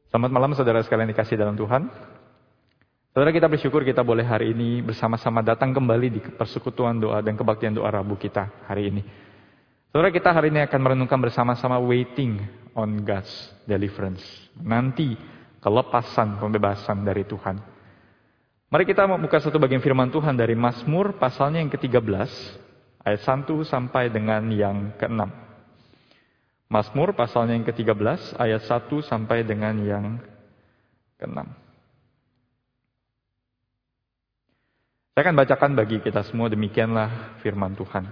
Selamat malam saudara sekalian dikasih dalam Tuhan. Saudara, kita bersyukur kita boleh hari ini bersama-sama datang kembali di persekutuan doa dan kebaktian doa Rabu kita hari ini. Saudara, kita hari ini akan merenungkan bersama-sama waiting on God's deliverance. Nanti kelepasan, pembebasan dari Tuhan. Mari kita membuka satu bagian firman Tuhan dari Mazmur pasalnya yang ke-13 ayat 1 sampai dengan yang ke-6. Mazmur pasalnya yang ke-13 ayat 1 sampai dengan yang ke-6. Saya akan bacakan bagi kita semua, demikianlah firman Tuhan.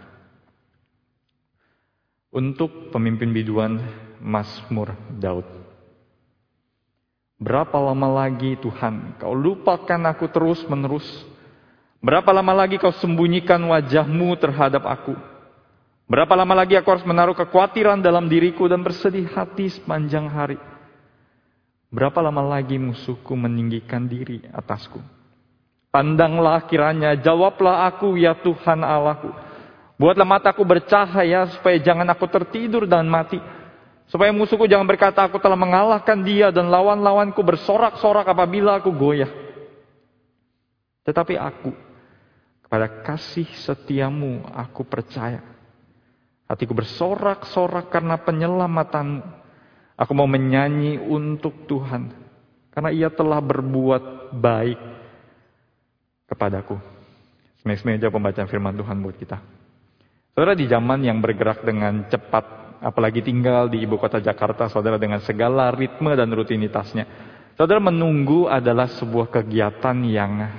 Untuk pemimpin biduan Mazmur Daud. Berapa lama lagi Tuhan kau lupakan aku terus-menerus? Berapa lama lagi kau sembunyikan wajahmu terhadap aku? Berapa lama lagi aku harus menaruh kekhawatiran dalam diriku dan bersedih hati sepanjang hari? Berapa lama lagi musuhku meninggikan diri atasku? Pandanglah kiranya, jawablah aku ya Tuhan Allahku. Buatlah mataku bercahaya supaya jangan aku tertidur dan mati. Supaya musuhku jangan berkata aku telah mengalahkan dia dan lawan-lawanku bersorak-sorak apabila aku goyah. Tetapi aku, kepada kasih setiamu aku percaya. Hatiku bersorak-sorak karena penyelamatanmu. Aku mau menyanyi untuk Tuhan. Karena ia telah berbuat baik kepadaku. Semeja pembacaan firman Tuhan buat kita. Saudara, di zaman yang bergerak dengan cepat, apalagi tinggal di ibu kota Jakarta, saudara, dengan segala ritme dan rutinitasnya. Saudara, menunggu adalah sebuah kegiatan yang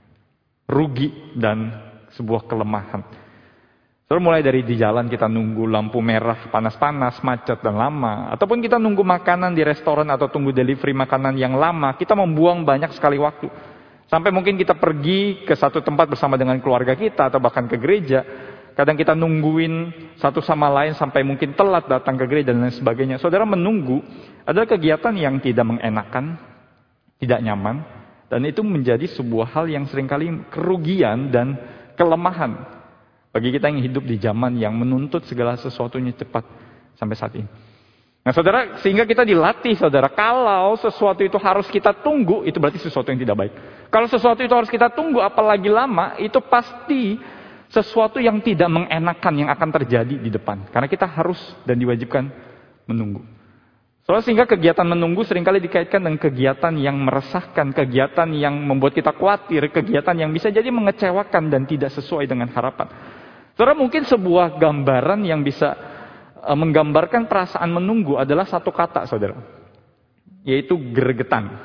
rugi dan sebuah kelemahan. Saudara, mulai dari di jalan kita nunggu lampu merah panas-panas, macet dan lama. Ataupun kita nunggu makanan di restoran atau tunggu delivery makanan yang lama. Kita membuang banyak sekali waktu. Sampai mungkin kita pergi ke satu tempat bersama dengan keluarga kita atau bahkan ke gereja. Kadang kita nungguin satu sama lain sampai mungkin telat datang ke gereja dan lain sebagainya. Saudara, menunggu adalah kegiatan yang tidak mengenakan, tidak nyaman. Dan itu menjadi sebuah hal yang seringkali kerugian dan kelemahan. Bagi kita yang hidup di zaman yang menuntut segala sesuatunya cepat sampai saat ini. Nah saudara, sehingga kita dilatih saudara, kalau sesuatu itu harus kita tunggu, itu berarti sesuatu yang tidak baik. Kalau sesuatu itu harus kita tunggu, apalagi lama, itu pasti sesuatu yang tidak mengenakan yang akan terjadi di depan. Karena kita harus dan diwajibkan menunggu. Soalnya sehingga kegiatan menunggu seringkali dikaitkan dengan kegiatan yang meresahkan, kegiatan yang membuat kita khawatir, kegiatan yang bisa jadi mengecewakan dan tidak sesuai dengan harapan. Saudara, mungkin sebuah gambaran yang bisa menggambarkan perasaan menunggu adalah satu kata, saudara. Yaitu gregetan.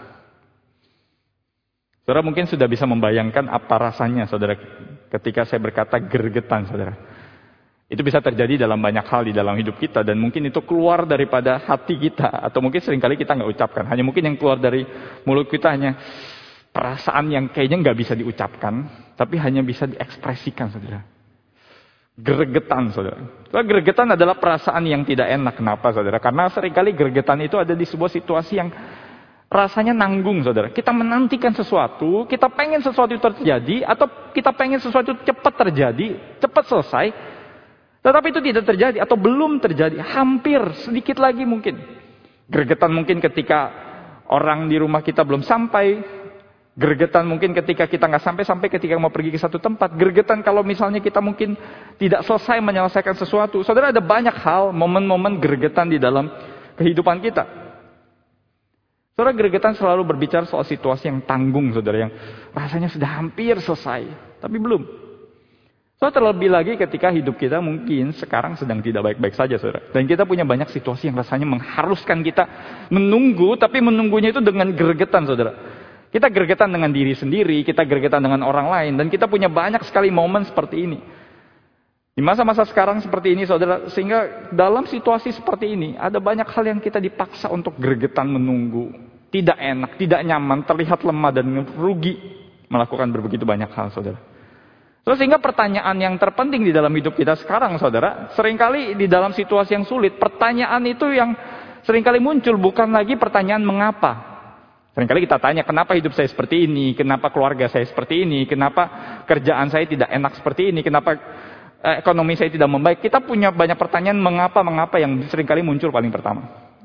Saudara mungkin sudah bisa membayangkan apa rasanya, saudara, ketika saya berkata gregetan, saudara. Itu bisa terjadi dalam banyak hal di dalam hidup kita. Dan mungkin itu keluar daripada hati kita. Atau mungkin seringkali kita nggak ucapkan. Hanya mungkin yang keluar dari mulut kita hanya perasaan yang kayaknya nggak bisa diucapkan. Tapi hanya bisa diekspresikan, saudara. Gregetan, saudara. Gregetan adalah perasaan yang tidak enak. Kenapa, saudara? Karena seringkali gregetan itu ada di sebuah situasi yang rasanya nanggung, saudara. Kita menantikan sesuatu, kita pengen sesuatu itu terjadi, atau kita pengen sesuatu cepat terjadi, cepat selesai. Tetapi itu tidak terjadi, atau belum terjadi. Hampir, sedikit lagi mungkin. Gregetan mungkin ketika orang di rumah kita belum sampai. Gregetan mungkin ketika kita nggak sampai ketika mau pergi ke satu tempat. Gregetan kalau misalnya kita mungkin tidak selesai menyelesaikan sesuatu. Saudara, ada banyak hal, momen-momen gregetan di dalam kehidupan kita. Saudara, gregetan selalu berbicara soal situasi yang tanggung, saudara, yang rasanya sudah hampir selesai, tapi belum. Saudara, terlebih lagi ketika hidup kita mungkin sekarang sedang tidak baik-baik saja, saudara. Dan kita punya banyak situasi yang rasanya mengharuskan kita menunggu, tapi menunggunya itu dengan gregetan, saudara. Kita gregetan dengan diri sendiri, kita gregetan dengan orang lain, dan kita punya banyak sekali momen seperti ini. Di masa-masa sekarang seperti ini, saudara, sehingga dalam situasi seperti ini, ada banyak hal yang kita dipaksa untuk gregetan menunggu. Tidak enak, tidak nyaman, terlihat lemah dan rugi melakukan begitu banyak hal, saudara. Sehingga pertanyaan yang terpenting di dalam hidup kita sekarang, saudara, seringkali di dalam situasi yang sulit, pertanyaan itu yang seringkali muncul bukan lagi pertanyaan mengapa. Seringkali kita tanya, kenapa hidup saya seperti ini? Kenapa keluarga saya seperti ini? Kenapa kerjaan saya tidak enak seperti ini? Kenapa ekonomi saya tidak membaik? Kita punya banyak pertanyaan mengapa yang seringkali muncul paling pertama.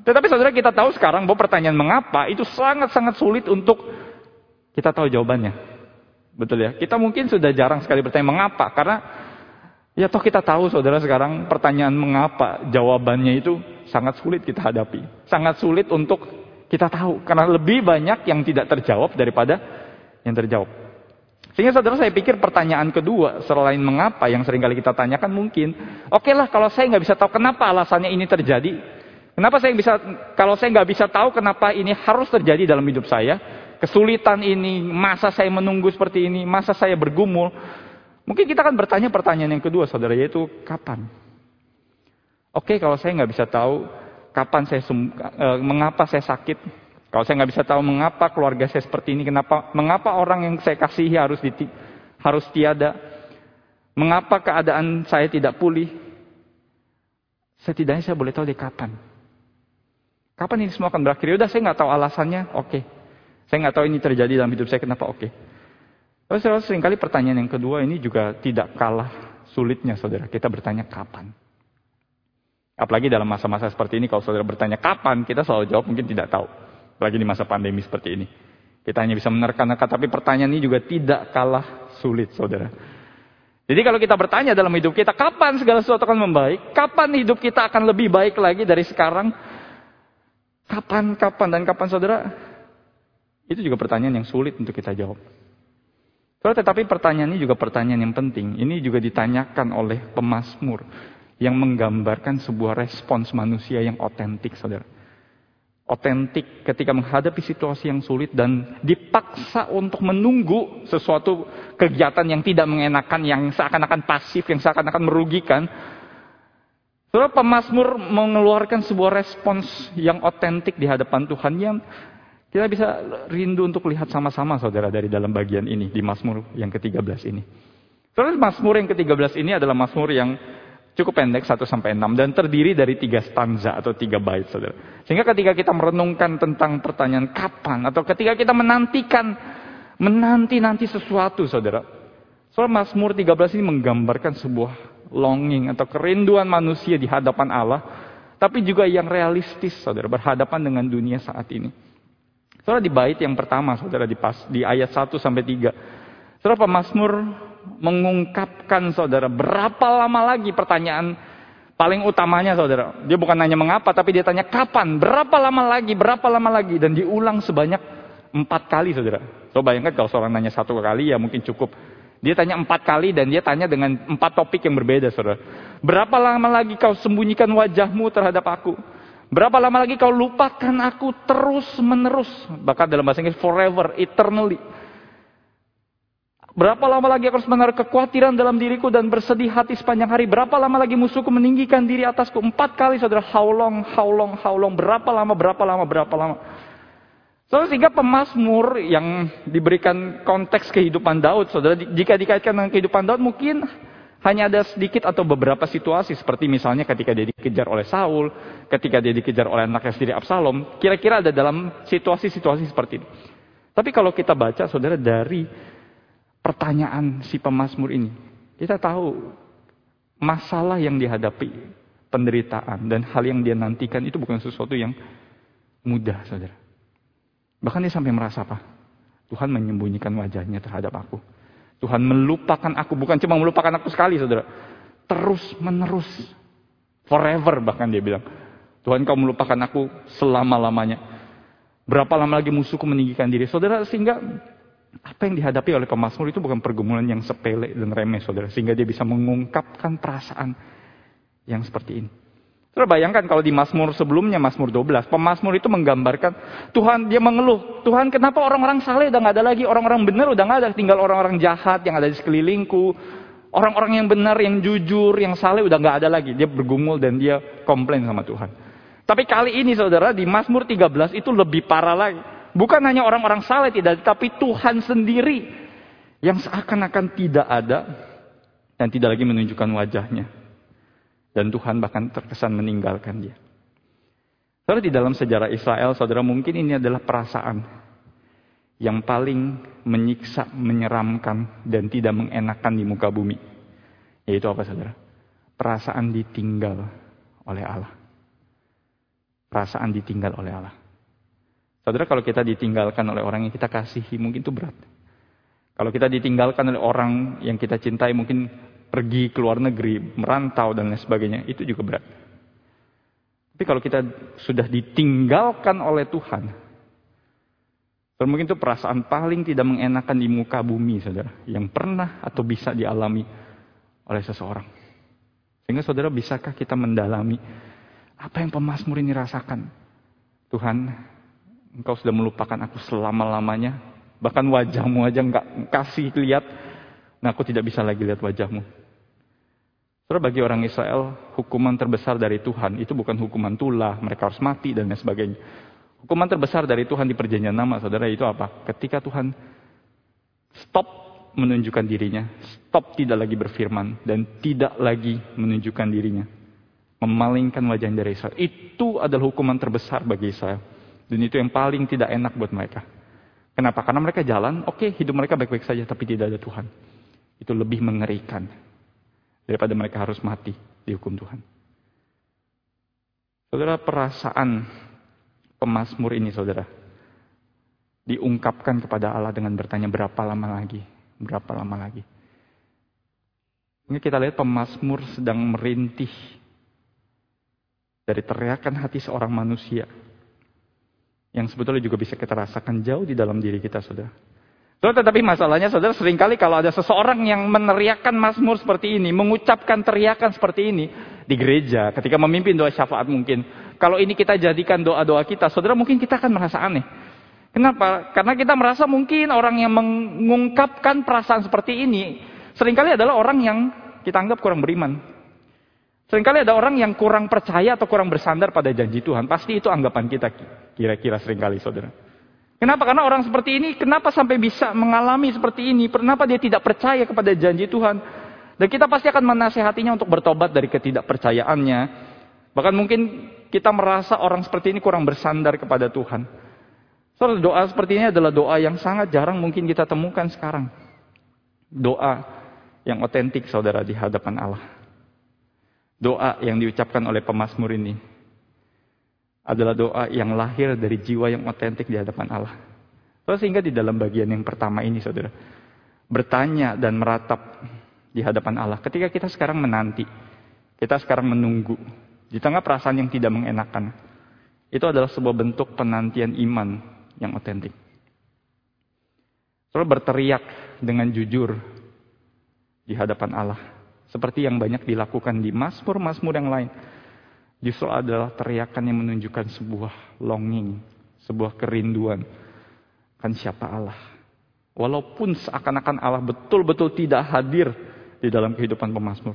Tetapi saudara, kita tahu sekarang bahwa pertanyaan mengapa itu sangat-sangat sulit untuk kita tahu jawabannya. Betul ya? Kita mungkin sudah jarang sekali bertanya mengapa. Karena ya toh kita tahu saudara sekarang pertanyaan mengapa jawabannya itu sangat sulit kita hadapi. Sangat sulit untuk kita tahu. Karena lebih banyak yang tidak terjawab daripada yang terjawab. Sehingga saudara, saya pikir pertanyaan kedua selain mengapa yang seringkali kita tanyakan mungkin, oke lah kalau saya nggak bisa tahu kenapa alasannya ini terjadi, kalau saya nggak bisa tahu kenapa ini harus terjadi dalam hidup saya, kesulitan ini, masa saya menunggu seperti ini, masa saya bergumul, mungkin kita akan bertanya pertanyaan yang kedua saudara, yaitu kapan? Oke, kalau saya nggak bisa tahu kapan mengapa saya sakit, kalau saya nggak bisa tahu mengapa keluarga saya seperti ini, mengapa orang yang saya kasihi harus tiada, mengapa keadaan saya tidak pulih, setidaknya saya boleh tahu deh kapan. Kapan ini semua akan berakhir? Udah, saya nggak tahu alasannya, oke. Saya nggak tahu ini terjadi dalam hidup saya, kenapa, oke. Tapi seringkali pertanyaan yang kedua ini juga tidak kalah sulitnya saudara. Kita bertanya kapan. Apalagi dalam masa-masa seperti ini, kalau saudara bertanya kapan, kita selalu jawab mungkin tidak tahu. Apalagi di masa pandemi seperti ini. Kita hanya bisa menerka-nerka, tapi pertanyaan ini juga tidak kalah sulit, saudara. Jadi kalau kita bertanya dalam hidup kita, kapan segala sesuatu akan membaik? Kapan hidup kita akan lebih baik lagi dari sekarang? Kapan, saudara? Itu juga pertanyaan yang sulit untuk kita jawab. Tetapi pertanyaan ini juga pertanyaan yang penting. Ini juga ditanyakan oleh pemazmur yang menggambarkan sebuah respons manusia yang otentik, saudara. Otentik ketika menghadapi situasi yang sulit dan dipaksa untuk menunggu sesuatu kegiatan yang tidak mengenakan, yang seakan-akan pasif, yang seakan-akan merugikan. Saudara, pemazmur mengeluarkan sebuah respons yang otentik di hadapan Tuhan yang kita bisa rindu untuk lihat sama-sama saudara dari dalam bagian ini di Mazmur yang ke-13 ini. Saudara, Mazmur yang ke-13 ini adalah Mazmur yang cukup pendek 1-6 dan terdiri dari 3 stanza atau 3 bait saudara. Sehingga ketika kita merenungkan tentang pertanyaan kapan atau ketika kita menanti sesuatu saudara. Soal Mazmur 13 ini menggambarkan sebuah longing atau kerinduan manusia di hadapan Allah, tapi juga yang realistis saudara, berhadapan dengan dunia saat ini. Saudara, di bait yang pertama saudara di ayat 1-3. Saudara, pemazmur mengungkapkan saudara berapa lama lagi, pertanyaan paling utamanya saudara. Dia bukan nanya mengapa, tapi dia tanya kapan, berapa lama lagi, dan diulang sebanyak 4 kali saudara. Coba bayangkan kalau seorang nanya 1 kali ya mungkin cukup. Dia tanya 4 kali dan dia tanya dengan 4 topik yang berbeda saudara. Berapa lama lagi kau sembunyikan wajahmu terhadap aku? Berapa lama lagi kau lupakan aku terus menerus? Bahkan dalam bahasa Inggris forever, eternally. Berapa lama lagi aku harus menaruh kekhawatiran dalam diriku dan bersedih hati sepanjang hari? Berapa lama lagi musuhku meninggikan diri atasku? 4 kali saudara, how long, berapa lama. Sehingga pemazmur yang diberikan konteks kehidupan Daud, saudara, jika dikaitkan dengan kehidupan Daud mungkin hanya ada sedikit atau beberapa situasi, seperti misalnya ketika dia dikejar oleh Saul, ketika dia dikejar oleh anaknya sendiri Absalom, kira-kira ada dalam situasi-situasi seperti itu. Tapi kalau kita baca saudara dari pertanyaan si pemazmur ini, kita tahu masalah yang dihadapi, penderitaan dan hal yang dia nantikan itu bukan sesuatu yang mudah saudara. Bahkan dia sampai merasa apa? Tuhan menyembunyikan wajahnya terhadap aku. Tuhan melupakan aku, bukan cuma melupakan aku sekali saudara. Terus menerus. Forever bahkan dia bilang. Tuhan kau melupakan aku selama-lamanya. Berapa lama lagi musuhku meninggikan diri. Saudara, sehingga apa yang dihadapi oleh pemazmur itu bukan pergumulan yang sepele dan remeh saudara. Sehingga dia bisa mengungkapkan perasaan yang seperti ini. Saudara, bayangkan kalau di Mazmur sebelumnya, Mazmur 12, pemazmur itu menggambarkan Tuhan, dia mengeluh, Tuhan kenapa orang-orang saleh udah gak ada lagi, orang-orang benar udah gak ada, tinggal orang-orang jahat yang ada di sekelilingku, orang-orang yang benar, yang jujur, yang saleh udah gak ada lagi. Dia bergumul dan dia komplain sama Tuhan. Tapi kali ini saudara, di Mazmur 13 itu lebih parah lagi. Bukan hanya orang-orang saleh tidak, tapi Tuhan sendiri yang seakan-akan tidak ada dan tidak lagi menunjukkan wajahnya. Dan Tuhan bahkan terkesan meninggalkan dia. Saudara, di dalam sejarah Israel, saudara, mungkin ini adalah perasaan yang paling menyiksa, menyeramkan, dan tidak mengenakan di muka bumi. Yaitu apa saudara? Perasaan ditinggal oleh Allah. perasaan ditinggal oleh Allah. Saudara, kalau kita ditinggalkan oleh orang yang kita kasihi, mungkin itu berat. Kalau kita ditinggalkan oleh orang yang kita cintai, mungkin pergi ke luar negeri, merantau dan lain sebagainya, itu juga berat. Tapi kalau kita sudah ditinggalkan oleh Tuhan, mungkin itu perasaan paling tidak mengenakan di muka bumi, saudara, yang pernah atau bisa dialami oleh seseorang. Sehingga saudara, bisakah kita mendalami apa yang pemazmur ini rasakan? Tuhan, Engkau sudah melupakan aku selama-lamanya, bahkan wajahmu aja enggak kasih lihat, nah aku tidak bisa lagi lihat wajahmu. Saudara, bagi orang Israel, hukuman terbesar dari Tuhan itu bukan hukuman tulah, mereka harus mati dan lain sebagainya. Hukuman terbesar dari Tuhan di perjanjian lama, saudara, itu apa? Ketika Tuhan stop menunjukkan dirinya, stop tidak lagi berfirman, dan tidak lagi menunjukkan dirinya, memalingkan wajahnya dari Israel. Itu adalah hukuman terbesar bagi Israel. Dan itu yang paling tidak enak buat mereka. Kenapa? Karena mereka jalan, oke, hidup mereka baik-baik saja, tapi tidak ada Tuhan. Itu lebih mengerikan daripada mereka harus mati dihukum Tuhan. Saudara, perasaan pemazmur ini, saudara, diungkapkan kepada Allah dengan bertanya, berapa lama lagi? Berapa lama lagi? Ini kita lihat pemazmur sedang merintih dari teriakan hati seorang manusia yang sebetulnya juga bisa kita rasakan jauh di dalam diri kita, saudara. Tetapi masalahnya, saudara, seringkali kalau ada seseorang yang meneriakkan mazmur seperti ini, mengucapkan teriakan seperti ini di gereja, ketika memimpin doa syafaat mungkin, kalau ini kita jadikan doa-doa kita, saudara, mungkin kita akan merasa aneh. Kenapa? Karena kita merasa mungkin orang yang mengungkapkan perasaan seperti ini, seringkali adalah orang yang kita anggap kurang beriman. Seringkali ada orang yang kurang percaya atau kurang bersandar pada janji Tuhan. Pasti itu anggapan kita kira-kira seringkali, saudara. Kenapa? Karena orang seperti ini, kenapa sampai bisa mengalami seperti ini? Kenapa dia tidak percaya kepada janji Tuhan? Dan kita pasti akan menasihatinya untuk bertobat dari ketidakpercayaannya. Bahkan mungkin kita merasa orang seperti ini kurang bersandar kepada Tuhan. Saudara, doa seperti ini adalah doa yang sangat jarang mungkin kita temukan sekarang. Doa yang otentik, saudara, di hadapan Allah. Doa yang diucapkan oleh pemazmur ini adalah doa yang lahir dari jiwa yang otentik di hadapan Allah. Sehingga di dalam bagian yang pertama ini, saudara, bertanya dan meratap di hadapan Allah. Ketika kita sekarang menanti, kita sekarang menunggu, di tengah perasaan yang tidak mengenakan, itu adalah sebuah bentuk penantian iman yang otentik. Saudara, berteriak dengan jujur di hadapan Allah, seperti yang banyak dilakukan di mazmur-mazmur yang lain, justru adalah teriakan yang menunjukkan sebuah longing, sebuah kerinduan kan siapa Allah. Walaupun seakan-akan Allah betul-betul tidak hadir di dalam kehidupan pemazmur.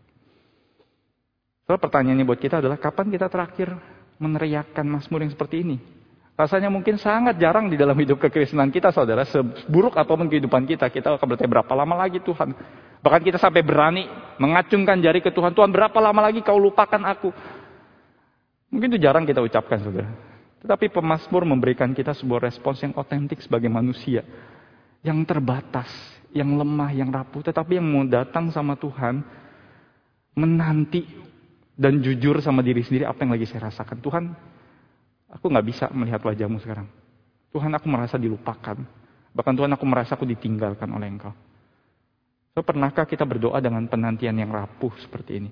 Soal pertanyaannya buat kita adalah, kapan kita terakhir meneriakkan mazmur yang seperti ini? Rasanya mungkin sangat jarang di dalam hidup kekristenan kita, saudara. Seburuk apapun kehidupan kita, kita akan bertanya, berapa lama lagi Tuhan? Bahkan kita sampai berani mengacungkan jari ke Tuhan, Tuhan, berapa lama lagi kau lupakan aku? Mungkin itu jarang kita ucapkan, saudara. Tetapi pemazmur memberikan kita sebuah respons yang otentik sebagai manusia. Yang terbatas, yang lemah, yang rapuh. Tetapi yang mau datang sama Tuhan, menanti dan jujur sama diri sendiri apa yang lagi saya rasakan. Tuhan, aku gak bisa melihat wajahmu sekarang. Tuhan, aku merasa dilupakan. Bahkan Tuhan, aku merasa aku ditinggalkan oleh Engkau. So, pernahkah kita berdoa dengan penantian yang rapuh seperti ini?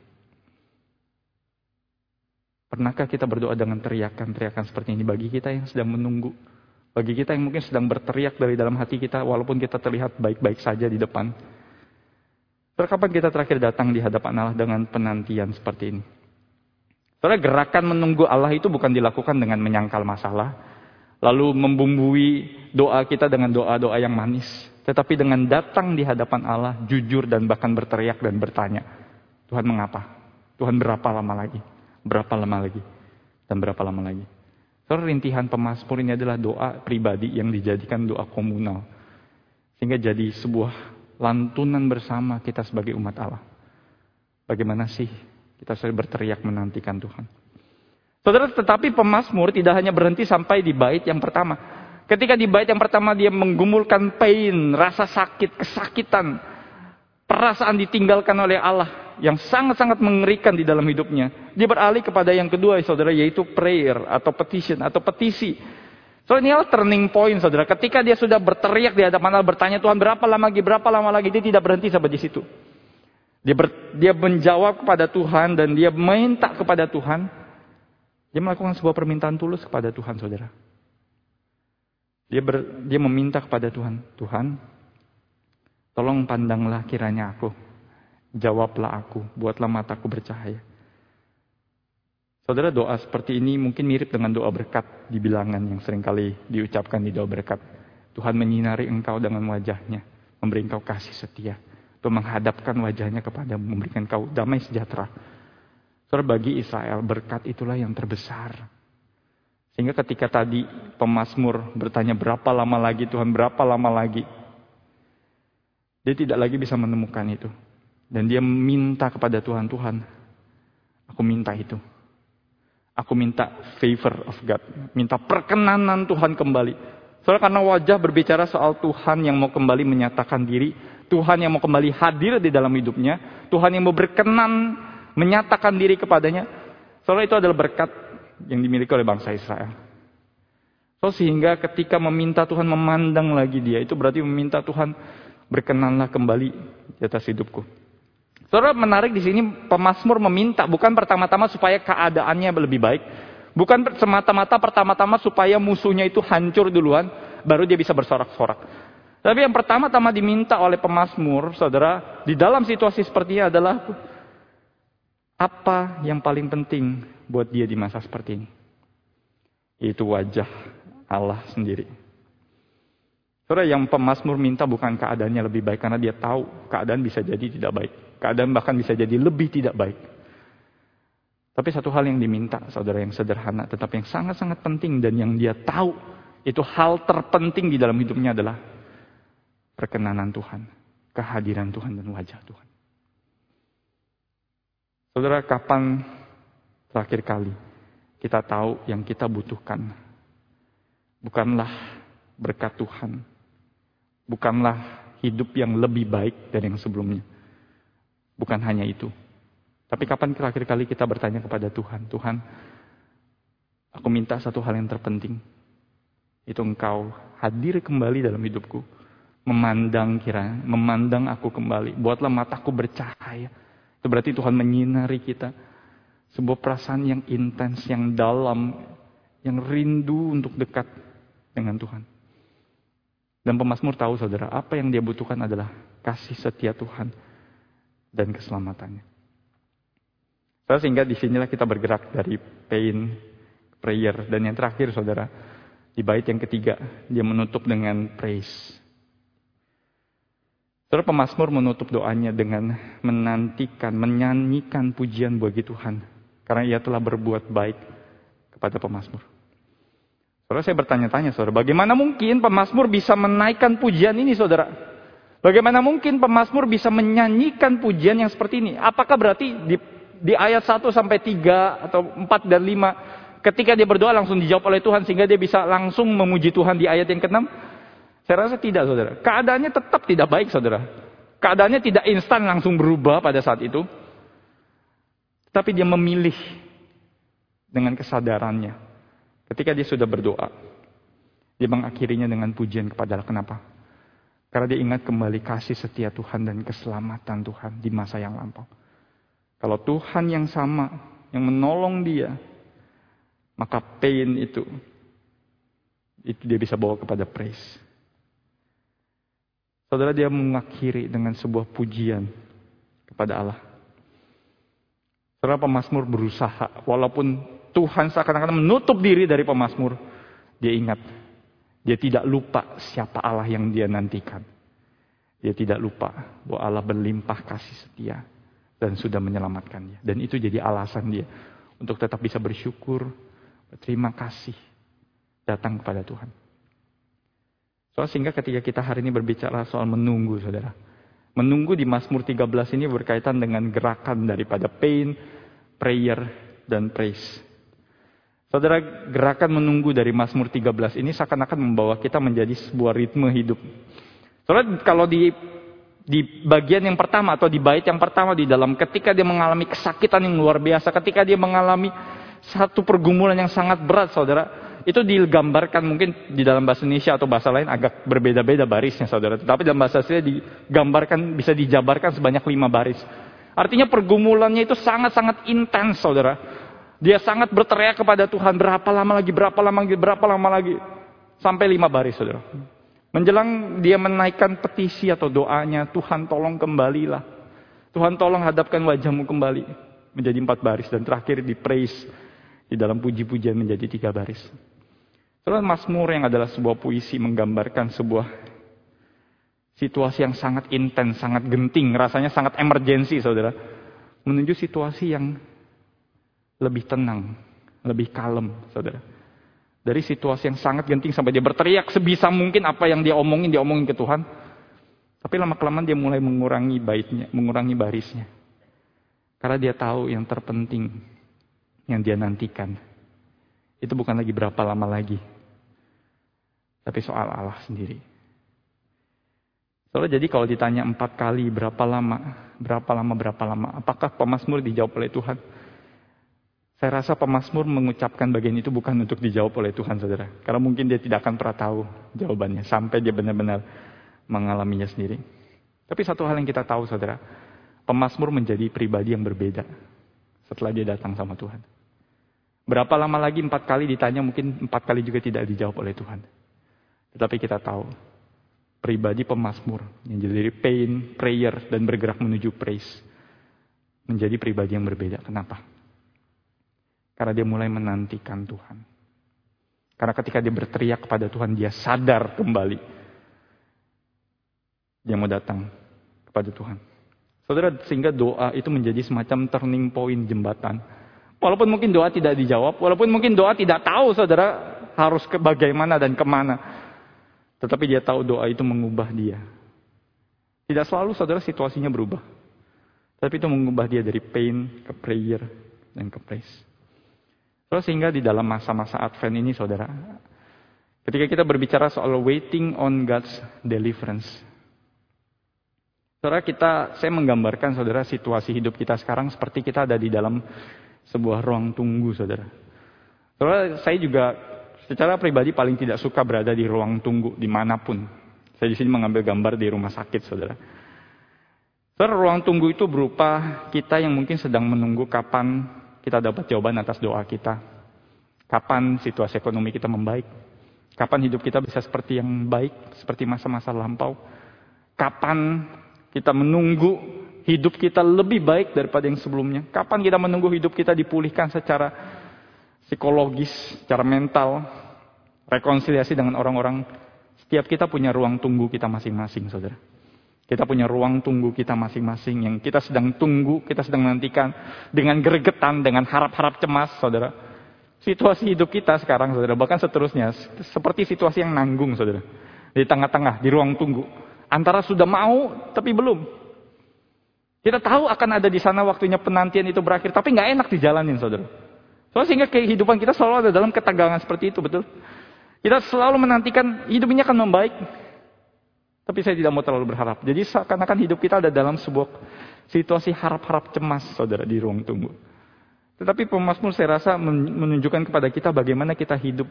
Pernahkah kita berdoa dengan teriakan-teriakan seperti ini bagi kita yang sedang menunggu? Bagi kita yang mungkin sedang berteriak dari dalam hati kita walaupun kita terlihat baik-baik saja di depan. Kapan kita terakhir datang di hadapan Allah dengan penantian seperti ini? Soalnya gerakan menunggu Allah itu bukan dilakukan dengan menyangkal masalah, lalu membumbui doa kita dengan doa-doa yang manis. Tetapi dengan datang di hadapan Allah, jujur dan bahkan berteriak dan bertanya, Tuhan, mengapa? Tuhan, berapa lama lagi? Berapa lama lagi? Dan berapa lama lagi? Soalnya rintihan pemazmur ini adalah doa pribadi yang dijadikan doa komunal. Sehingga jadi sebuah lantunan bersama kita sebagai umat Allah. Bagaimana sih kita selalu berteriak menantikan Tuhan? Saudara, tetapi pemazmur tidak hanya berhenti sampai di bait yang pertama. Ketika di bait yang pertama dia menggumulkan pain, rasa sakit, kesakitan, perasaan ditinggalkan oleh Allah. yang sangat-sangat mengerikan di dalam hidupnya, dia beralih kepada yang kedua, saudara, yaitu prayer atau petition atau petisi. So inilah turning point, saudara. Ketika dia sudah berteriak di hadapan Allah, bertanya, Tuhan berapa lama lagi, dia tidak berhenti sampai di situ. Dia menjawab kepada Tuhan dan dia minta kepada Tuhan. Dia melakukan sebuah permintaan tulus kepada Tuhan, saudara. Dia meminta kepada Tuhan, Tuhan, tolong pandanglah kiranya aku, jawablah aku, buatlah mataku bercahaya. Saudara, doa seperti ini mungkin mirip dengan doa berkat di bilangan yang seringkali diucapkan di doa berkat. Tuhan menyinari engkau dengan wajahnya, memberi engkau kasih setia, untuk menghadapkan wajahnya kepadamu, memberikan engkau damai sejahtera. Saudara, bagi Israel berkat itulah yang terbesar. Sehingga ketika tadi pemazmur bertanya berapa lama lagi Tuhan, berapa lama lagi, dia tidak lagi bisa menemukan itu. Dan dia minta kepada Tuhan, Tuhan, aku minta itu. Aku minta favor of God, minta perkenanan Tuhan kembali. Soalnya karena wajah berbicara soal Tuhan yang mau kembali menyatakan diri, Tuhan yang mau kembali hadir di dalam hidupnya, Tuhan yang mau berkenan menyatakan diri kepadanya. Soalnya itu adalah berkat yang dimiliki oleh bangsa Israel. Sehingga ketika meminta Tuhan memandang lagi dia, itu berarti meminta Tuhan berkenanlah kembali di atas hidupku. Saudara, menarik di sini pemazmur meminta bukan pertama-tama supaya keadaannya lebih baik, bukan semata-mata pertama-tama supaya musuhnya itu hancur duluan, baru dia bisa bersorak-sorak. Tapi yang pertama-tama diminta oleh pemazmur, saudara, di dalam situasi seperti ini adalah apa yang paling penting buat dia di masa seperti ini? Itu wajah Allah sendiri. Saudara, yang pemazmur minta bukan keadaannya lebih baik, karena dia tahu keadaan bisa jadi tidak baik. Keadaan bahkan bisa jadi lebih tidak baik. Tapi satu hal yang diminta, saudara, yang sederhana, tetapi yang sangat-sangat penting dan yang dia tahu, itu hal terpenting di dalam hidupnya adalah perkenanan Tuhan, kehadiran Tuhan dan wajah Tuhan. Saudara, kapan terakhir kali kita tahu yang kita butuhkan bukanlah berkat Tuhan, bukanlah hidup yang lebih baik dari yang sebelumnya. Bukan hanya itu. Tapi kapan terakhir kali kita bertanya kepada Tuhan, Tuhan, aku minta satu hal yang terpenting. Itu Engkau hadir kembali dalam hidupku. Memandang aku kembali. Buatlah mataku bercahaya. Itu berarti Tuhan menyinari kita. Sebuah perasaan yang intens, yang dalam, yang rindu untuk dekat dengan Tuhan. Dan pemazmur tahu, saudara, apa yang dia butuhkan adalah kasih setia Tuhan dan keselamatannya. Sehingga disinilah kita bergerak dari pain, prayer, dan yang terakhir, saudara, di bait yang ketiga, dia menutup dengan praise. Saudara, pemazmur menutup doanya dengan menantikan, menyanyikan pujian bagi Tuhan, karena ia telah berbuat baik kepada pemazmur. Saudara, saya bertanya-tanya, saudara, bagaimana mungkin pemazmur bisa menaikkan pujian ini, saudara? Bagaimana mungkin pemazmur bisa menyanyikan pujian yang seperti ini? Apakah berarti di ayat 1 sampai 3 atau 4 dan 5 ketika dia berdoa langsung dijawab oleh Tuhan sehingga dia bisa langsung memuji Tuhan di ayat yang ke-6? Saya rasa tidak, saudara. Keadaannya tetap tidak baik, saudara. Keadaannya tidak instan langsung berubah pada saat itu. Tapi dia memilih dengan kesadarannya. Ketika dia sudah berdoa, dia mengakhirinya dengan pujian kepada Allah. Kenapa? Karena dia ingat kembali kasih setia Tuhan dan keselamatan Tuhan di masa yang lampau. Kalau Tuhan yang sama, yang menolong dia, maka pain itu dia bisa bawa kepada praise. Saudara, dia mengakhiri dengan sebuah pujian kepada Allah. Saudara, pemazmur berusaha, walaupun Tuhan seakan-akan menutup diri dari pemazmur, dia ingat. Dia tidak lupa siapa Allah yang dia nantikan. Dia tidak lupa bahwa Allah berlimpah kasih setia dan sudah menyelamatkan dia. Dan itu jadi alasan dia untuk tetap bisa bersyukur, berterima kasih, datang kepada Tuhan. Sehingga ketika kita hari ini berbicara soal menunggu, saudara. Menunggu di Mazmur 13 ini berkaitan dengan gerakan daripada pain, prayer, dan praise. Saudara, gerakan menunggu dari Mazmur 13 ini seakan-akan membawa kita menjadi sebuah ritme hidup. Saudara, kalau di Di bagian yang pertama atau di bait yang pertama di dalam ketika dia mengalami kesakitan yang luar biasa, ketika dia mengalami satu pergumulan yang sangat berat, saudara, itu digambarkan mungkin di dalam bahasa Indonesia atau bahasa lain agak berbeda-beda barisnya, saudara. Tetapi dalam bahasa Indonesia digambarkan, bisa dijabarkan sebanyak 5 baris. Artinya pergumulannya itu sangat-sangat intens, saudara. Dia sangat berteriak kepada Tuhan, berapa lama lagi, berapa lama lagi, berapa lama lagi. Sampai 5 baris, saudara. Menjelang dia menaikkan petisi atau doanya, Tuhan tolong kembalilah. Tuhan tolong hadapkan wajahmu kembali. Menjadi 4 baris. Dan terakhir di praise. Di dalam puji-pujian menjadi 3 baris. Saudara, Mazmur yang adalah sebuah puisi menggambarkan sebuah situasi yang sangat intens, sangat genting. Rasanya sangat emergensi, saudara. Menuju situasi yang lebih tenang, lebih kalem, saudara. Dari situasi yang sangat genting sampai dia berteriak sebisa mungkin apa yang dia diomongin ke Tuhan. Tapi lama-kelamaan dia mulai mengurangi baitnya, mengurangi barisnya. Karena dia tahu yang terpenting yang dia nantikan itu bukan lagi berapa lama lagi, tapi soal Allah sendiri. Soalnya jadi kalau ditanya 4 kali berapa lama, apakah pemazmur dijawab oleh Tuhan? Saya rasa pemazmur mengucapkan bagian itu bukan untuk dijawab oleh Tuhan, saudara. Karena mungkin dia tidak akan pernah tahu jawabannya sampai dia benar-benar mengalaminya sendiri. Tapi satu hal yang kita tahu, saudara, pemazmur menjadi pribadi yang berbeda setelah dia datang sama Tuhan. Berapa lama lagi 4 kali ditanya, mungkin 4 kali juga tidak dijawab oleh Tuhan. Tetapi kita tahu, pribadi pemazmur yang jadi dari pain, prayer, dan bergerak menuju praise menjadi pribadi yang berbeda. Kenapa? Karena dia mulai menantikan Tuhan. Karena ketika dia berteriak kepada Tuhan, dia sadar kembali. Dia mau datang kepada Tuhan. Saudara, sehingga doa itu menjadi semacam turning point, jembatan. Walaupun mungkin doa tidak dijawab, walaupun mungkin doa tidak tahu, saudara, harus ke bagaimana dan kemana. Tetapi dia tahu doa itu mengubah dia. Tidak selalu, saudara, situasinya berubah. Tapi itu mengubah dia dari pain ke prayer dan ke praise. Sehingga di dalam masa-masa Advent ini, saudara, ketika kita berbicara soal waiting on God's deliverance, saudara, saya menggambarkan, saudara, situasi hidup kita sekarang seperti kita ada di dalam sebuah ruang tunggu, saudara. Saudara, saya juga secara pribadi paling tidak suka berada di ruang tunggu dimanapun. Saya di sini mengambil gambar di rumah sakit, saudara. Saudara, ruang tunggu itu berupa kita yang mungkin sedang menunggu kapan kita dapat jawaban atas doa kita. Kapan situasi ekonomi kita membaik. Kapan hidup kita bisa seperti yang baik, seperti masa-masa lampau. Kapan kita menunggu hidup kita lebih baik daripada yang sebelumnya. Kapan kita menunggu hidup kita dipulihkan secara psikologis, secara mental. Rekonsiliasi dengan orang-orang. Setiap kita punya ruang tunggu kita masing-masing, saudara. Kita punya ruang tunggu kita masing-masing yang kita sedang tunggu, kita sedang nantikan dengan gregetan, dengan harap-harap cemas, saudara. Situasi hidup kita sekarang, saudara, bahkan seterusnya, seperti situasi yang nanggung, saudara. Di tengah-tengah, di ruang tunggu. Antara sudah mau, tapi belum. Kita tahu akan ada di sana waktunya penantian itu berakhir, tapi nggak enak dijalanin, saudara. Sehingga kehidupan kita selalu ada dalam ketegangan seperti itu, betul? Kita selalu menantikan hidup ini akan membaik. Tapi saya tidak mau terlalu berharap. Jadi seakan-akan hidup kita ada dalam sebuah situasi harap-harap cemas, saudara, di ruang tunggu. Tetapi pemazmur saya rasa menunjukkan kepada kita bagaimana kita hidup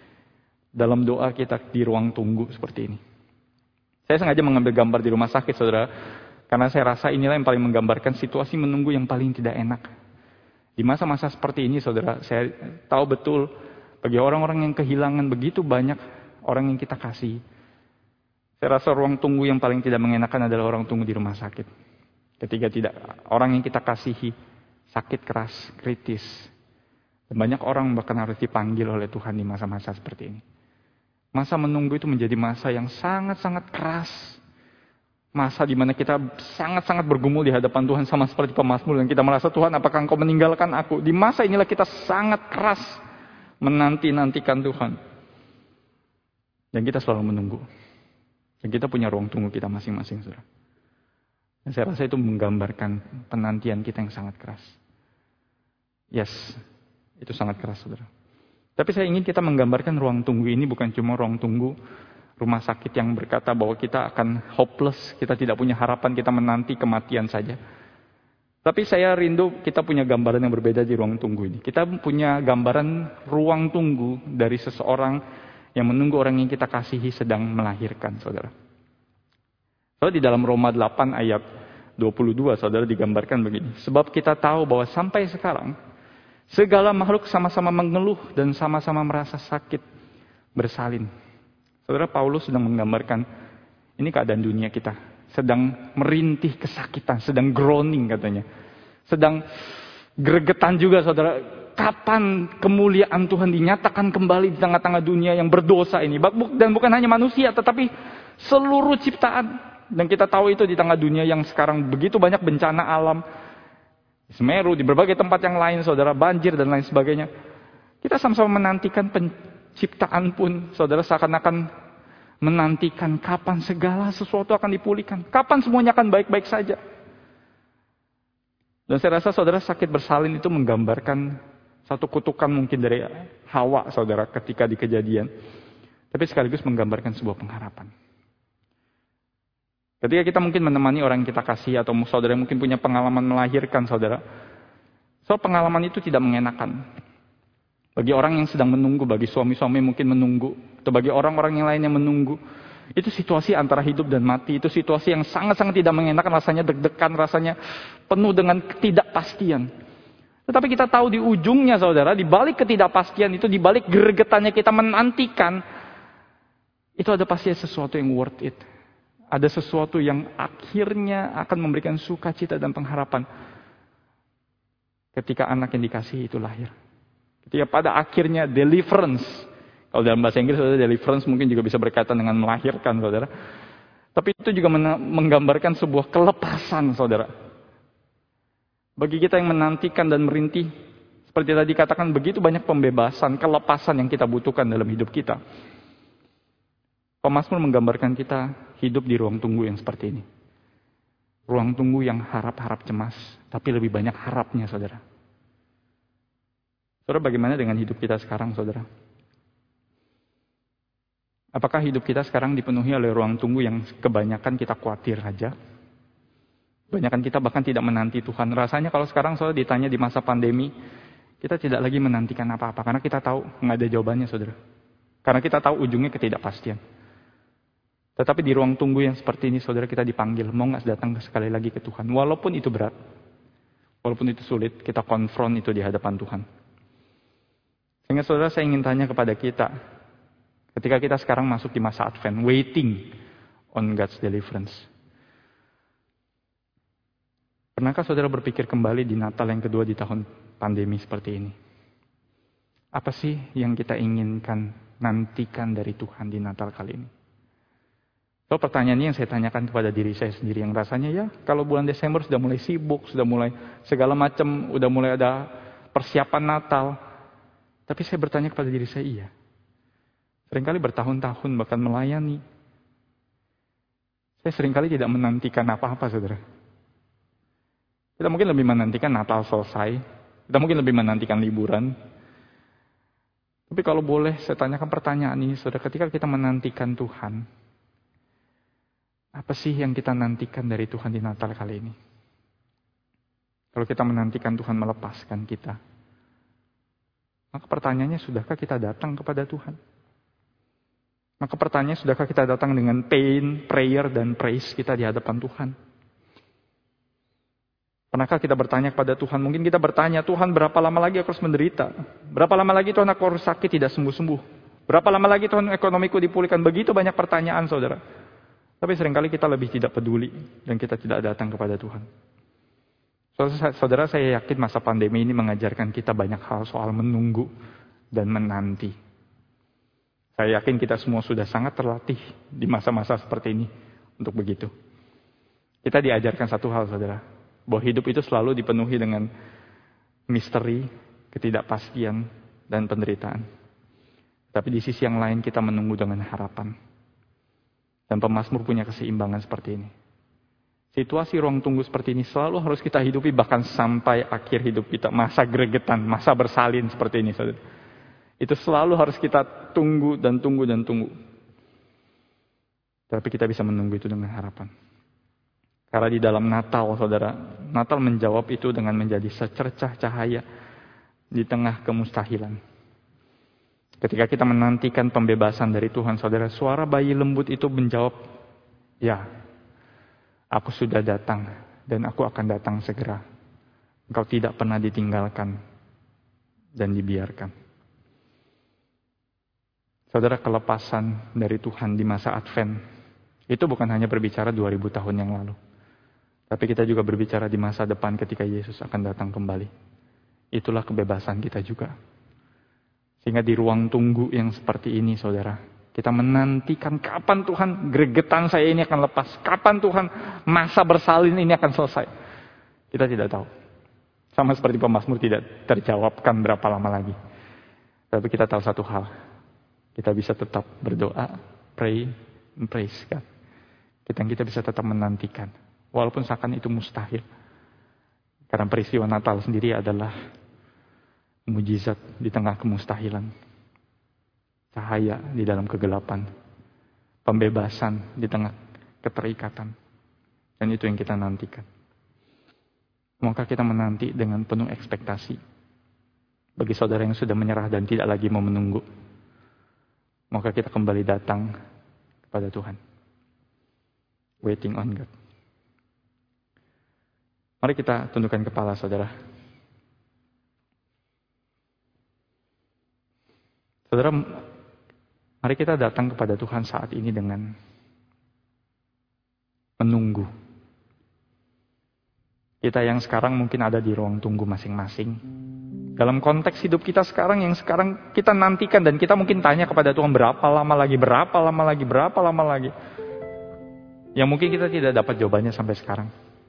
dalam doa kita di ruang tunggu seperti ini. Saya sengaja mengambil gambar di rumah sakit, saudara. Karena saya rasa inilah yang paling menggambarkan situasi menunggu yang paling tidak enak. Di masa-masa seperti ini, saudara, saya tahu betul bagi orang-orang yang kehilangan begitu banyak orang yang kita kasih. Saya rasa ruang tunggu yang paling tidak mengenakan adalah orang tunggu di rumah sakit. Ketika orang yang kita kasihi sakit keras, kritis. Dan banyak orang bahkan harus dipanggil oleh Tuhan di masa-masa seperti ini. Masa menunggu itu menjadi masa yang sangat-sangat keras. Masa di mana kita sangat-sangat bergumul di hadapan Tuhan sama seperti pemazmur. Dan kita merasa, Tuhan, apakah Engkau meninggalkan aku? Di masa inilah kita sangat keras menanti-nantikan Tuhan. Dan kita selalu menunggu. Dan kita punya ruang tunggu kita masing-masing, saudara. Dan saya rasa itu menggambarkan penantian kita yang sangat keras. Yes, itu sangat keras, saudara. Tapi saya ingin kita menggambarkan ruang tunggu ini bukan cuma ruang tunggu Rumah sakit yang berkata bahwa kita akan hopeless, kita tidak punya harapan, kita menanti kematian saja. Tapi saya rindu kita punya gambaran yang berbeda di ruang tunggu ini. Kita punya gambaran ruang tunggu dari seseorang yang menunggu orang yang kita kasihi sedang melahirkan, saudara. So, di dalam Roma 8 ayat 22, saudara, digambarkan begini. Sebab kita tahu bahwa sampai sekarang, segala makhluk sama-sama mengeluh dan sama-sama merasa sakit, bersalin. Saudara, Paulus sedang menggambarkan, ini keadaan dunia kita. Sedang merintih kesakitan, sedang groaning katanya. Sedang gregetan juga, saudara. Kapan kemuliaan Tuhan dinyatakan kembali di tengah-tengah dunia yang berdosa ini. Dan bukan hanya manusia, tetapi seluruh ciptaan. Dan kita tahu itu di tengah dunia yang sekarang begitu banyak bencana alam. Semeru, di berbagai tempat yang lain, saudara, banjir dan lain sebagainya. Kita sama-sama menantikan penciptaan pun, saudara, seakan-akan menantikan kapan segala sesuatu akan dipulihkan. Kapan semuanya akan baik-baik saja. Dan saya rasa, saudara, sakit bersalin itu menggambarkan satu kutukan mungkin dari Hawa, saudara, ketika di Kejadian. Tapi sekaligus menggambarkan sebuah pengharapan. Ketika kita mungkin menemani orang yang kita kasih, atau saudara yang mungkin punya pengalaman melahirkan, saudara. So, pengalaman itu tidak mengenakan. Bagi orang yang sedang menunggu, bagi suami-suami mungkin menunggu, atau bagi orang-orang yang lain yang menunggu. Itu situasi antara hidup dan mati. Itu situasi yang sangat-sangat tidak mengenakan, rasanya deg-degan, rasanya penuh dengan ketidakpastian. Tetapi kita tahu di ujungnya, saudara, di balik ketidakpastian itu, di balik gregetannya kita menantikan, itu ada pasti sesuatu yang worth it. Ada sesuatu yang akhirnya akan memberikan sukacita dan pengharapan. Ketika anak yang dikasihi itu lahir. Ketika pada akhirnya deliverance. Kalau dalam bahasa Inggris, saudara, deliverance mungkin juga bisa berkaitan dengan melahirkan, saudara. Tapi itu juga menggambarkan sebuah kelepasan, saudara. Bagi kita yang menantikan dan merintih, seperti tadi katakan, begitu banyak pembebasan, kelepasan yang kita butuhkan dalam hidup kita. Pemazmur menggambarkan kita hidup di ruang tunggu yang seperti ini. Ruang tunggu yang harap-harap cemas, tapi lebih banyak harapnya, saudara. Saudara, bagaimana dengan hidup kita sekarang, saudara? Apakah hidup kita sekarang dipenuhi oleh ruang tunggu yang kebanyakan kita khawatir saja? Kebanyakan kita bahkan tidak menanti Tuhan. Rasanya kalau sekarang, saudara, ditanya di masa pandemi, kita tidak lagi menantikan apa-apa. Karena kita tahu nggak ada jawabannya, saudara. Karena kita tahu ujungnya ketidakpastian. Tetapi di ruang tunggu yang seperti ini, saudara, kita dipanggil. Mau nggak datang sekali lagi ke Tuhan? Walaupun itu berat. Walaupun itu sulit, kita konfront itu di hadapan Tuhan. Sehingga, saudara, saya ingin tanya kepada kita. Ketika kita sekarang masuk di masa Advent, waiting on God's deliverance. Pernahkah saudara berpikir kembali di Natal yang kedua di tahun pandemi seperti ini? Apa sih yang kita inginkan, nantikan dari Tuhan di Natal kali ini? So, pertanyaan ini yang saya tanyakan kepada diri saya sendiri, yang rasanya ya, kalau bulan Desember sudah mulai sibuk, sudah mulai segala macam, udah mulai ada persiapan Natal. Tapi saya bertanya kepada diri saya, iya. Seringkali bertahun-tahun bahkan melayani. Saya seringkali tidak menantikan apa-apa, saudara. Kita mungkin lebih menantikan Natal selesai. Kita mungkin lebih menantikan liburan. Tapi kalau boleh saya tanyakan pertanyaan ini, saudara, ketika kita menantikan Tuhan, apa sih yang kita nantikan dari Tuhan di Natal kali ini? Kalau kita menantikan Tuhan melepaskan kita, maka pertanyaannya, sudahkah kita datang kepada Tuhan? Maka pertanyaannya, sudahkah kita datang dengan pain, prayer, dan praise kita di hadapan Tuhan? Pernahkah kita bertanya kepada Tuhan? Mungkin kita bertanya, Tuhan, berapa lama lagi aku harus menderita? Berapa lama lagi Tuhan aku harus sakit tidak sembuh-sembuh? Berapa lama lagi Tuhan ekonomiku dipulihkan? Begitu banyak pertanyaan, saudara. Tapi seringkali kita lebih tidak peduli dan kita tidak datang kepada Tuhan. Saudara, saya yakin masa pandemi ini mengajarkan kita banyak hal soal menunggu dan menanti. Saya yakin kita semua sudah sangat terlatih di masa-masa seperti ini untuk begitu. Kita diajarkan satu hal, saudara, bahwa hidup itu selalu dipenuhi dengan misteri, ketidakpastian, dan penderitaan. Tapi di sisi yang lain kita menunggu dengan harapan. Dan pemazmur punya keseimbangan seperti ini. Situasi ruang tunggu seperti ini selalu harus kita hidupi bahkan sampai akhir hidup kita. Masa gregetan, masa bersalin seperti ini, saudara. Itu selalu harus kita tunggu dan tunggu dan tunggu. Tapi kita bisa menunggu itu dengan harapan. Karena di dalam Natal, saudara, Natal menjawab itu dengan menjadi secercah cahaya di tengah kemustahilan. Ketika kita menantikan pembebasan dari Tuhan, saudara, suara bayi lembut itu menjawab, ya, aku sudah datang dan aku akan datang segera. Engkau tidak pernah ditinggalkan dan dibiarkan. Saudara, kelepasan dari Tuhan di masa Advent, itu bukan hanya berbicara 2000 tahun yang lalu. Tapi kita juga berbicara di masa depan ketika Yesus akan datang kembali. Itulah kebebasan kita juga. Sehingga di ruang tunggu yang seperti ini, saudara, kita menantikan kapan Tuhan gregetan saya ini akan lepas. Kapan Tuhan masa bersalin ini akan selesai. Kita tidak tahu. Sama seperti pemazmur tidak terjawabkan berapa lama lagi. Tapi kita tahu satu hal. Kita bisa tetap berdoa, pray, and praise God. Kita bisa tetap menantikan. Walaupun seakan itu mustahil. Karena peristiwa Natal sendiri adalah mujizat di tengah kemustahilan. Cahaya di dalam kegelapan. Pembebasan di tengah keterikatan. Dan itu yang kita nantikan. Maka kita menanti dengan penuh ekspektasi. Bagi saudara yang sudah menyerah dan tidak lagi mau menunggu, maka kita kembali datang kepada Tuhan. Waiting on God. Mari kita tundukkan kepala, saudara. Saudara, mari kita datang kepada Tuhan saat ini dengan menunggu. Kita yang sekarang mungkin ada di ruang tunggu masing-masing. Dalam konteks hidup kita sekarang, yang sekarang kita nantikan dan kita mungkin tanya kepada Tuhan berapa lama lagi. Yang mungkin kita tidak dapat jawabannya sampai sekarang.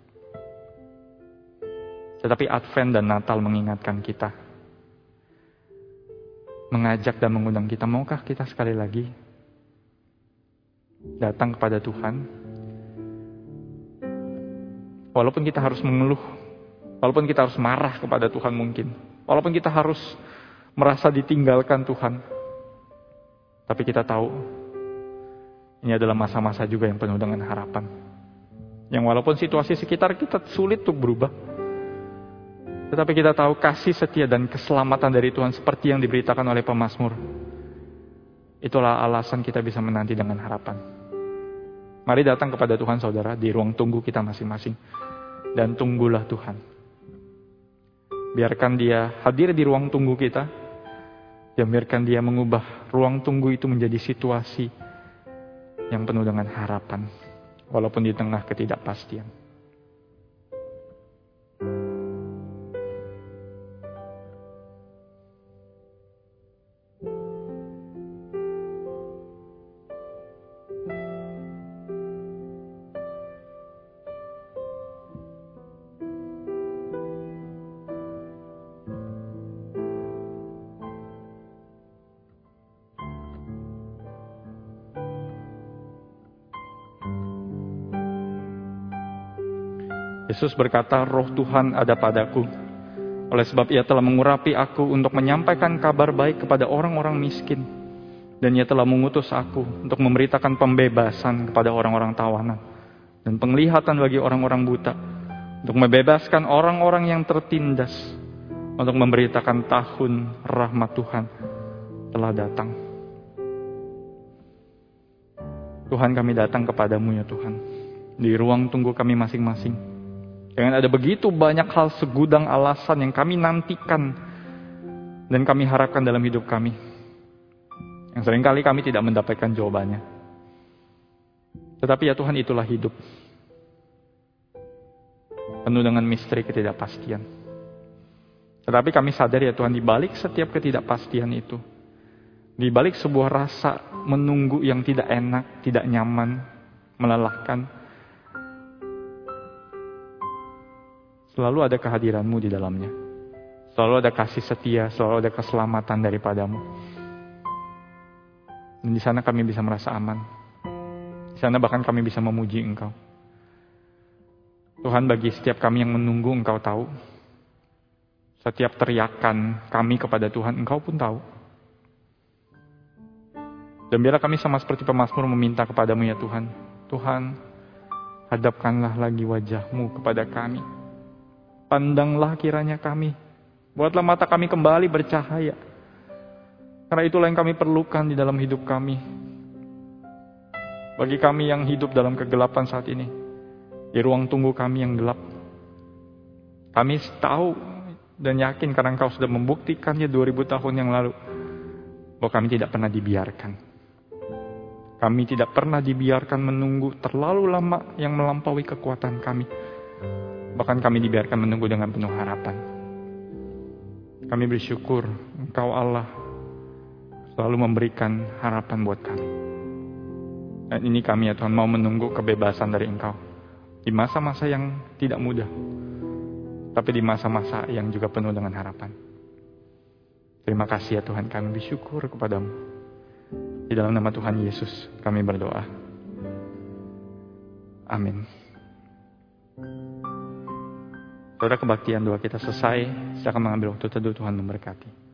Tetapi Advent dan Natal mengingatkan kita. Mengajak dan mengundang kita, maukah kita sekali lagi datang kepada Tuhan? Walaupun kita harus mengeluh, walaupun kita harus marah kepada Tuhan mungkin, walaupun kita harus merasa ditinggalkan Tuhan, tapi kita tahu ini adalah masa-masa juga yang penuh dengan harapan. Yang walaupun situasi sekitar kita sulit untuk berubah, tetapi kita tahu kasih setia dan keselamatan dari Tuhan seperti yang diberitakan oleh pemazmur. Itulah alasan kita bisa menanti dengan harapan. Mari datang kepada Tuhan, saudara, di ruang tunggu kita masing-masing. Dan tunggulah Tuhan. Biarkan Dia hadir di ruang tunggu kita. Dan biarkan Dia mengubah ruang tunggu itu menjadi situasi yang penuh dengan harapan. Walaupun di tengah ketidakpastian. Yesus berkata, Roh Tuhan ada padaku. Oleh sebab Ia telah mengurapi aku untuk menyampaikan kabar baik kepada orang-orang miskin. Dan Ia telah mengutus aku untuk memberitakan pembebasan kepada orang-orang tawanan. Dan penglihatan bagi orang-orang buta. Untuk membebaskan orang-orang yang tertindas. Untuk memberitakan tahun rahmat Tuhan telah datang. Tuhan, kami datang kepadamu ya Tuhan. Di ruang tunggu kami masing-masing. Dengan ada begitu banyak hal segudang alasan yang kami nantikan dan kami harapkan dalam hidup kami. Yang seringkali kami tidak mendapatkan jawabannya. Tetapi ya Tuhan, itulah hidup. Penuh dengan misteri ketidakpastian. Tetapi kami sadar ya Tuhan, di balik setiap ketidakpastian itu, di balik sebuah rasa menunggu yang tidak enak, tidak nyaman, melelahkan, selalu ada kehadiran-Mu di dalamnya. Selalu ada kasih setia, selalu ada keselamatan daripada-Mu. Dan di sana kami bisa merasa aman. Di sana bahkan kami bisa memuji Engkau. Tuhan, bagi setiap kami yang menunggu, Engkau tahu. Setiap teriakan kami kepada Tuhan, Engkau pun tahu. Dan biarlah kami sama seperti pemazmur meminta kepadamu ya Tuhan. Tuhan, hadapkanlah lagi wajah-Mu kepada kami. Pandanglah kiranya kami. Buatlah mata kami kembali bercahaya. Karena itulah yang kami perlukan di dalam hidup kami. Bagi kami yang hidup dalam kegelapan saat ini, di ruang tunggu kami yang gelap, kami tahu dan yakin karena Engkau sudah membuktikannya 2000 tahun yang lalu, bahwa kami tidak pernah dibiarkan. Kami tidak pernah dibiarkan menunggu terlalu lama yang melampaui kekuatan kami. Bahkan kami dibiarkan menunggu dengan penuh harapan. Kami bersyukur Engkau Allah selalu memberikan harapan buat kami. Dan ini kami ya Tuhan mau menunggu kebebasan dari Engkau. Di masa-masa yang tidak mudah. Tapi di masa-masa yang juga penuh dengan harapan. Terima kasih ya Tuhan, kami bersyukur kepadamu. Di dalam nama Tuhan Yesus kami berdoa. Amin. Saudara, kebaktian doa kita selesai. Silakan mengambil waktu teduh. Tuhan memberkati.